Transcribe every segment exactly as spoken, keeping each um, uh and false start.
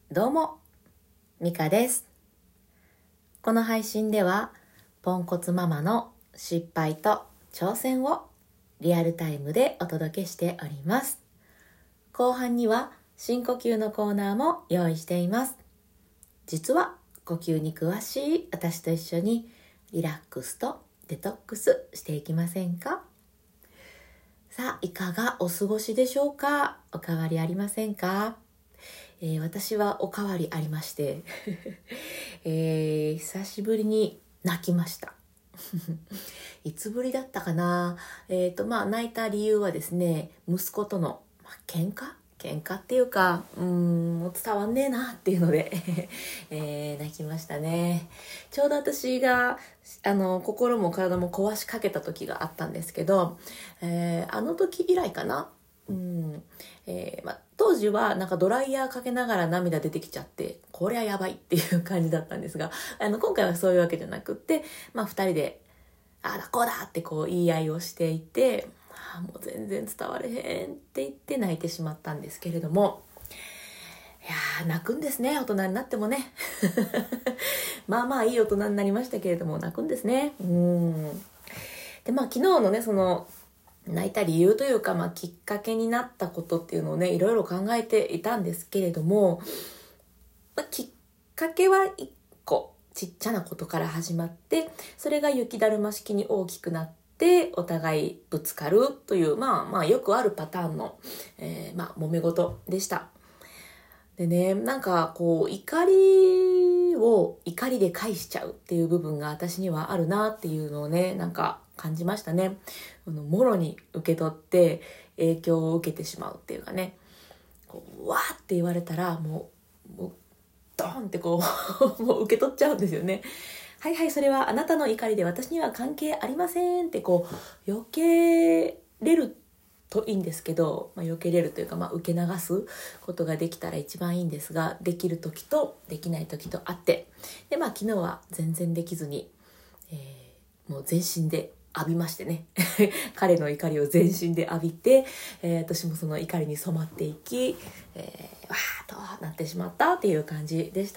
どうも、ミカです。この配信では、ポンコツママの失敗と挑戦をリアルタイムでお届けしております。後半には深呼吸のコーナーも用意しています。実は呼吸に詳しい私と一緒にリラックスとデトックスしていきませんか？さあ、いかがお過ごしでしょうか？お変わりありませんか？えー、私はお変わりありまして、えー、久しぶりに泣きましたいつぶりだったかな。えーとまあ泣いた理由はですね、息子との、まあ、喧嘩喧嘩っていうか、うーんもう伝わんねえなっていうので、えー、泣きましたね。ちょうど私があの心も体も壊しかけた時があったんですけど、えー、あの時以来かな。うんえーま、当時はなんかドライヤーかけながら涙出てきちゃって、こりゃやばいっていう感じだったんですが、あの今回はそういうわけじゃなくって、まあ、ふたりでああだこうだってこう言い合いをしていて、ああもう全然伝われへんって言って泣いてしまったんですけれども、いやー泣くんですね、大人になってもねまあまあいい大人になりましたけれども泣くんですね。うんでまあ昨日のねその泣いた理由というか、まあ、きっかけになったことっていうのをねいろいろ考えていたんですけれども、まあ、きっかけはいっこちっちゃなことから始まって、それが雪だるま式に大きくなってお互いぶつかるという、まあまあよくあるパターンの、えー、まあ揉め事でした。でね、なんかこう怒りを怒りで返しちゃうっていう部分が私にはあるなっていうのをねなんか感じましたね。あのもろに受け取って影響を受けてしまうっていうかね、こうわーって言われたらもう、もうドーンってこうもう受け取っちゃうんですよね。はいはい、それはあなたの怒りで私には関係ありませんってこう避けれるといいんですけど、まあ、避けれるというか、まあ、受け流すことができたら一番いいんですが、できる時とできない時とあって、でまあ昨日は全然できずに、えー、もう全身で浴びましてね彼の怒りを全身で浴びて、えー、私もその怒りに染まっていき、えー、わーっとなってしまったっていう感じでした。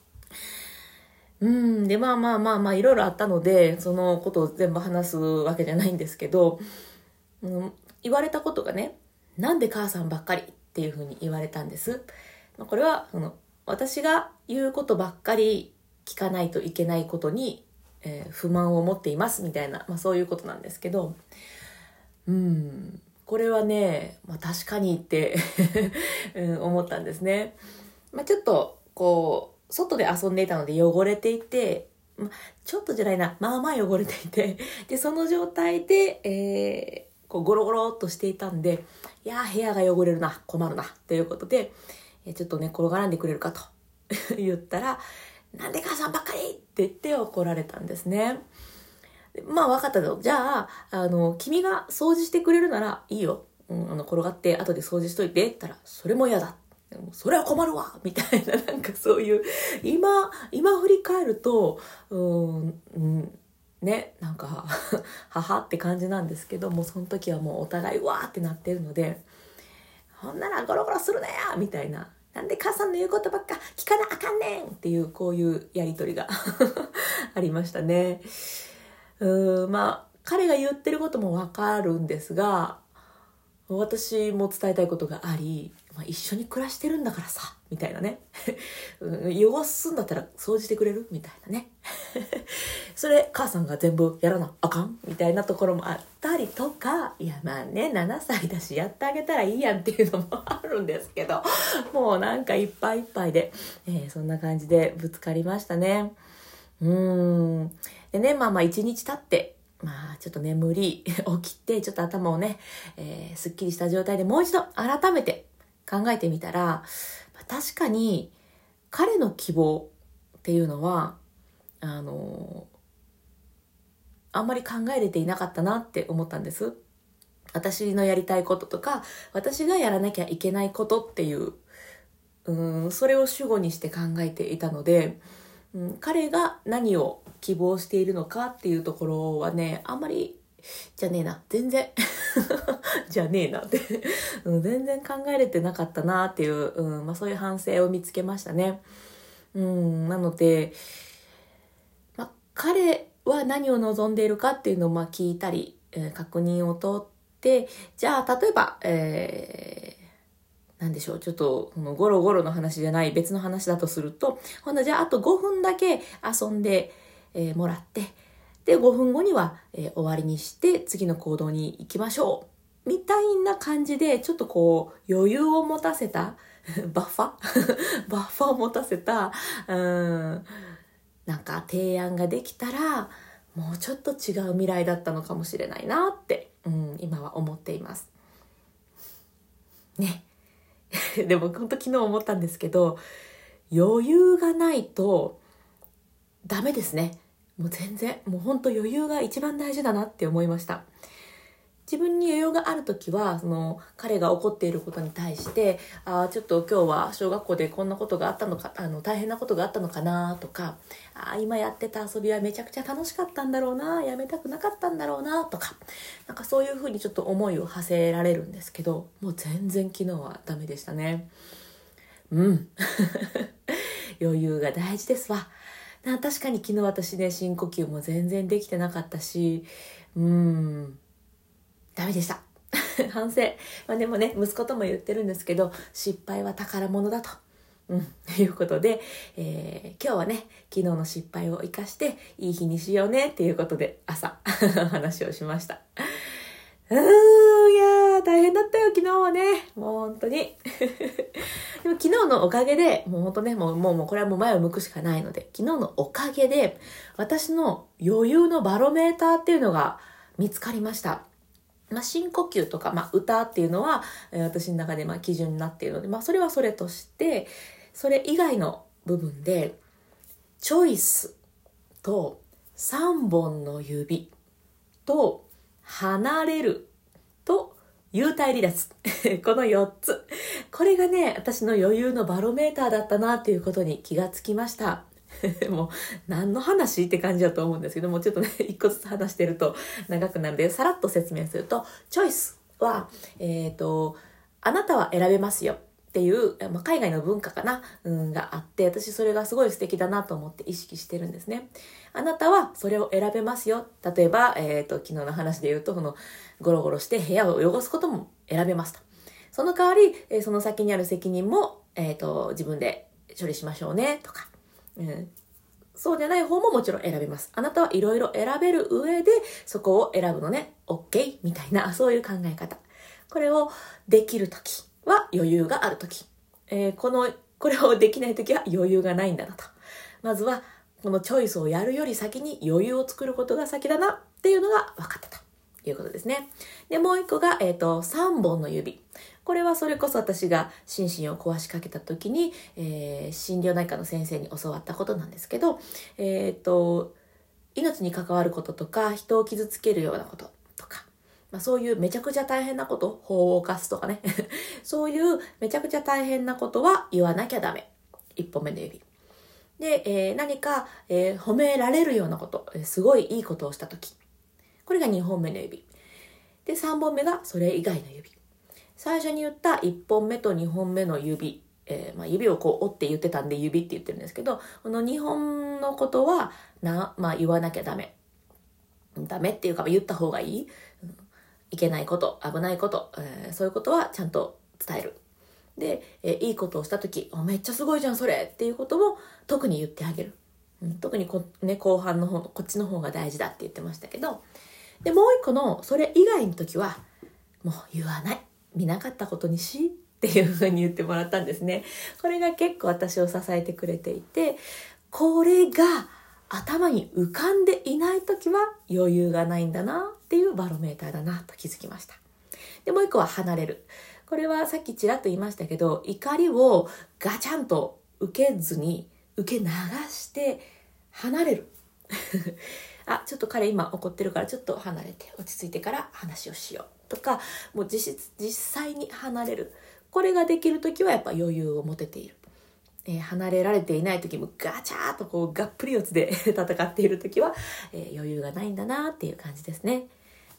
うんでまあまあまあまあいろいろあったのでそのことを全部話すわけじゃないんですけど、うん、言われたことがね、なんで母さんばっかりっていうふうに言われたんです。これはその私が言うことばっかり聞かないといけないことに、えー、不満を持っていますみたいな、まあ、そういうことなんですけど、うんこれはね、まあ、確かにってうん、思ったんですね。まあ、ちょっとこう外で遊んでいたので汚れていて、まあ、ちょっとじゃないな、まあまあ汚れていて、でその状態で、えーこうゴロゴロっとしていたんで、いやー部屋が汚れるな、困るなということで、えちょっとね転がらんでくれるかと言ったら、なんで母さんばっかりって言って怒られたんですね。まあ分かったぞ、じゃああの君が掃除してくれるならいいよ、うん、あの転がって後で掃除しといてって言ったら、それも嫌だ、それは困るわみたいな、なんかそういう今今振り返るとうーん、うんね、なんか母って感じなんですけども、その時はもうお互いわーってなってるので、ほんならゴロゴロするなやみたいな、なんで母さんの言うことばっか聞かなあかんねんっていう、こういうやりとりがありましたね。うーんまあ彼が言ってることもわかるんですが、私も伝えたいことがあり、まあ、一緒に暮らしてるんだからさみたいなね汚すんだったら掃除してくれるみたいなねそれ母さんが全部やらなあかんみたいなところもあったりとか、いやまあねななさいだしやってあげたらいいやんっていうのもあるんですけど、もうなんかいっぱいいっぱいで、えー、そんな感じでぶつかりましたね。うーんでねまあまあ一日経ってまあちょっと眠り起きて、ちょっと頭をね、えー、すっきりした状態でもう一度改めて考えてみたら、確かに彼の希望っていうのはあのあんまり考えれていなかったなって思ったんです。私のやりたいこととか私がやらなきゃいけないことっていう、うーんそれを主語にして考えていたので、うん、彼が何を希望しているのかっていうところはねあんまりじゃねえな全然じゃねえなってうん全然考えれてなかったなっていう、うんまあ、そういう反省を見つけましたね。うんなので、まあ、彼は何を望んでいるかっていうのをまあ聞いたり、えー確認を取って、じゃあ例えば、えーなんでしょう、ちょっとこのゴロゴロの話じゃない別の話だとすると、ほんなじゃああとごふんだけ遊んで、えーもらって、でごふんごには、えー終わりにして次の行動に行きましょうみたいな感じで、ちょっとこう余裕を持たせたバッファバッファを持たせたうーんなんか提案ができたら、もうちょっと違う未来だったのかもしれないなって、うん、今は思っていますね。でも本当昨日思ったんですけど、余裕がないとダメですね。もう全然もう本当余裕が一番大事だなって思いました。自分に余裕があるときは、その彼が怒っていることに対して、ああちょっと今日は小学校でこんなことがあったのか、あの大変なことがあったのかなとか、あ今やってた遊びはめちゃくちゃ楽しかったんだろうな、やめたくなかったんだろうなとか、なんかそういうふうにちょっと思いを馳せられるんですけど、もう全然昨日はダメでしたね。うん余裕が大事ですわ。な確かに昨日私ね、深呼吸も全然できてなかったし、うーんダメでした反省、まあ、でもね息子とも言ってるんですけど、失敗は宝物だと、うん、いうことで、えー、今日はね昨日の失敗を生かしていい日にしようねっていうことで朝話をしました。うーんいやー大変だったよ昨日はね、もう本当にでも昨日のおかげでもう本当ねもうもうもうこれはもう前を向くしかないので、昨日のおかげで私の余裕のバロメーターっていうのが見つかりました。まあ、深呼吸とか、まあ、歌っていうのは、えー私の中でまあ基準になっているので、まあ、それはそれとして、それ以外の部分で、チョイスとさんぼんの指と離れると幽体離脱このよっつ、これがね私の余裕のバロメーターだったなっていうことに気がつきましたもう何の話って感じだと思うんですけども、ちょっとね一個ずつ話してると長くなるのでさらっと説明すると、チョイスはえっとあなたは選べますよっていう、まあ、海外の文化かな、うん、があって、私それがすごい素敵だなと思って意識してるんですね。あなたはそれを選べますよ。例えば、えっと昨日の話で言うと、このゴロゴロして部屋を汚すことも選べますと。その代わり、えーその先にある責任も、えっと自分で処理しましょうねとか、うん、そうじゃない方ももちろん選べます。あなたはいろいろ選べる上でそこを選ぶのね OK みたいな、そういう考え方。これをできるときは余裕があるとき、えー、このこれをできないときは余裕がないんだなと。まずはこのチョイスをやるより先に余裕を作ることが先だなっていうのが分かったということですね。でもう一個が、えーと、さんぼんの指。これはそれこそ私が心身を壊しかけた時に、えー、心療内科の先生に教わったことなんですけど、えっと、命に関わることとか、人を傷つけるようなこととか、まあ、そういうめちゃくちゃ大変なこと、法を犯すとかね、そういうめちゃくちゃ大変なことは言わなきゃダメ。一本目の指。で、えー、何か、えー、褒められるようなこと、すごいいいことをした時。これがにほんめの指。で、さんぼんめがそれ以外の指。最初に言ったいっぽんめとにほんめの指、えーまあ、指をこう折って言ってたんで指って言ってるんですけど、このにほんのことはな、まあ、言わなきゃダメ。ダメっていうか言った方がいい。いけないこと、危ないこと、えー、そういうことはちゃんと伝える。で、えー、いいことをしたとき、めっちゃすごいじゃんそれっていうことも特に言ってあげる。うん、特にこ、ね、後半の方、こっちの方が大事だって言ってましたけど、で、もう一個のそれ以外の時はもう言わない。見なかったことにしっていう風に言ってもらったんですね。これが結構私を支えてくれていて、これが頭に浮かんでいないときは余裕がないんだなっていうバロメーターだなと気づきました。で、もう一個は離れる。これはさっきちらっと言いましたけど、怒りをガチャンと受けずに受け流して離れる。あ、ちょっと彼今怒ってるからちょっと離れて落ち着いてから話をしようとか、もう実質実際に離れる。これができるときはやっぱ余裕を持てている。えー、離れられていないときもガチャーとこうがっぷり四つで戦っているときは、えー、余裕がないんだなっていう感じですね。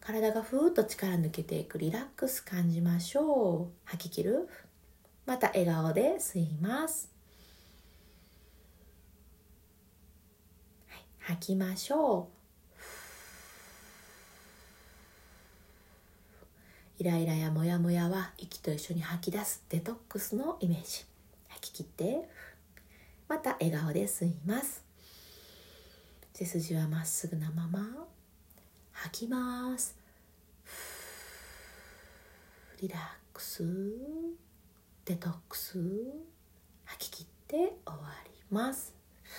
体がふーっと力抜けていくリラックス感じましょう。吐き切る。また笑顔で吸います。はい、吐きましょう。イライラやモヤモヤは息と一緒に吐き出すデトックスのイメージ。吐き切ってまた笑顔で吸います。背筋はまっすぐなまま吐きます。リラックスデトックス吐き切って終わります。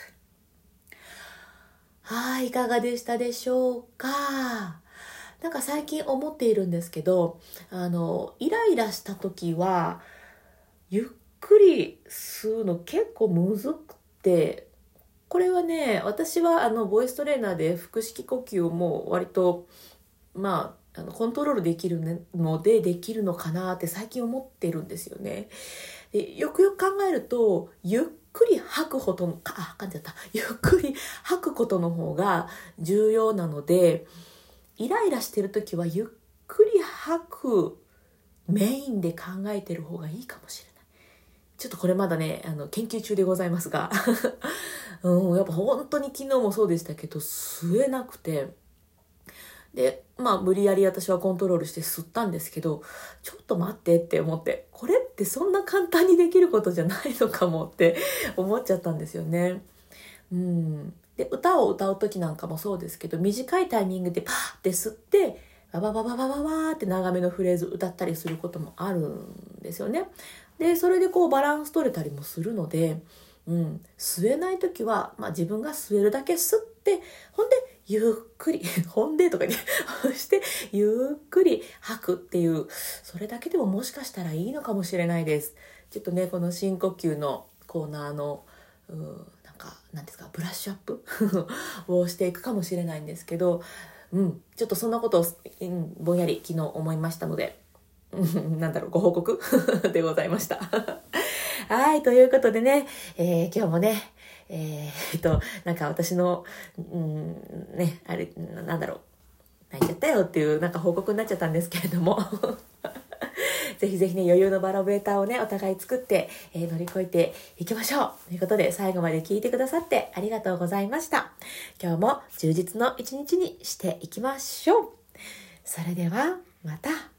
はい、いかがでしたでしょうか。なんか最近思っているんですけど、あのイライラした時はゆっくり吸うの結構むずくて、これはね、私はあのボイストレーナーで腹式呼吸をもう割とまああのコントロールできるのでできるのかなって最近思ってるんですよね。でよくよく考えると、ゆっくり吐くほどのあ噛んじゃったゆっくり吐くことの方が重要なので、イライラしてるときはゆっくり吐くメインで考えてる方がいいかもしれない。ちょっとこれまだねあの研究中でございますが、うん、やっぱ本当に昨日もそうでしたけど吸えなくて、でまあ無理やり私はコントロールして吸ったんですけど、ちょっと待ってって思って、これってそんな簡単にできることじゃないのかもって思っちゃったんですよね。うんで歌を歌う時なんかもそうですけど、短いタイミングでパーって吸ってバババババババーって長めのフレーズ歌ったりすることもあるんですよね。でそれでこうバランス取れたりもするので、うん、吸えない時は、まあ、自分が吸えるだけ吸って、ほんでゆっくりほんでとかねしてゆっくり吐くっていう、それだけでももしかしたらいいのかもしれないです。ちょっとねこの深呼吸のコーナーのうなんかなんですかブラッシュアップをしていくかもしれないんですけど、うん、ちょっとそんなことを、うん、ぼんやり昨日思いましたのでなんだろうご報告でございましたはい、ということでね、えー、今日もねえー、っとなんか私の、うん、ねあれなんだろう泣いちゃったよっていうなんか報告になっちゃったんですけれどもぜひぜひね余裕のバロメーターをねお互い作って、えー、乗り越えていきましょうということで、最後まで聞いてくださってありがとうございました。今日も充実の一日にしていきましょう。それではまた。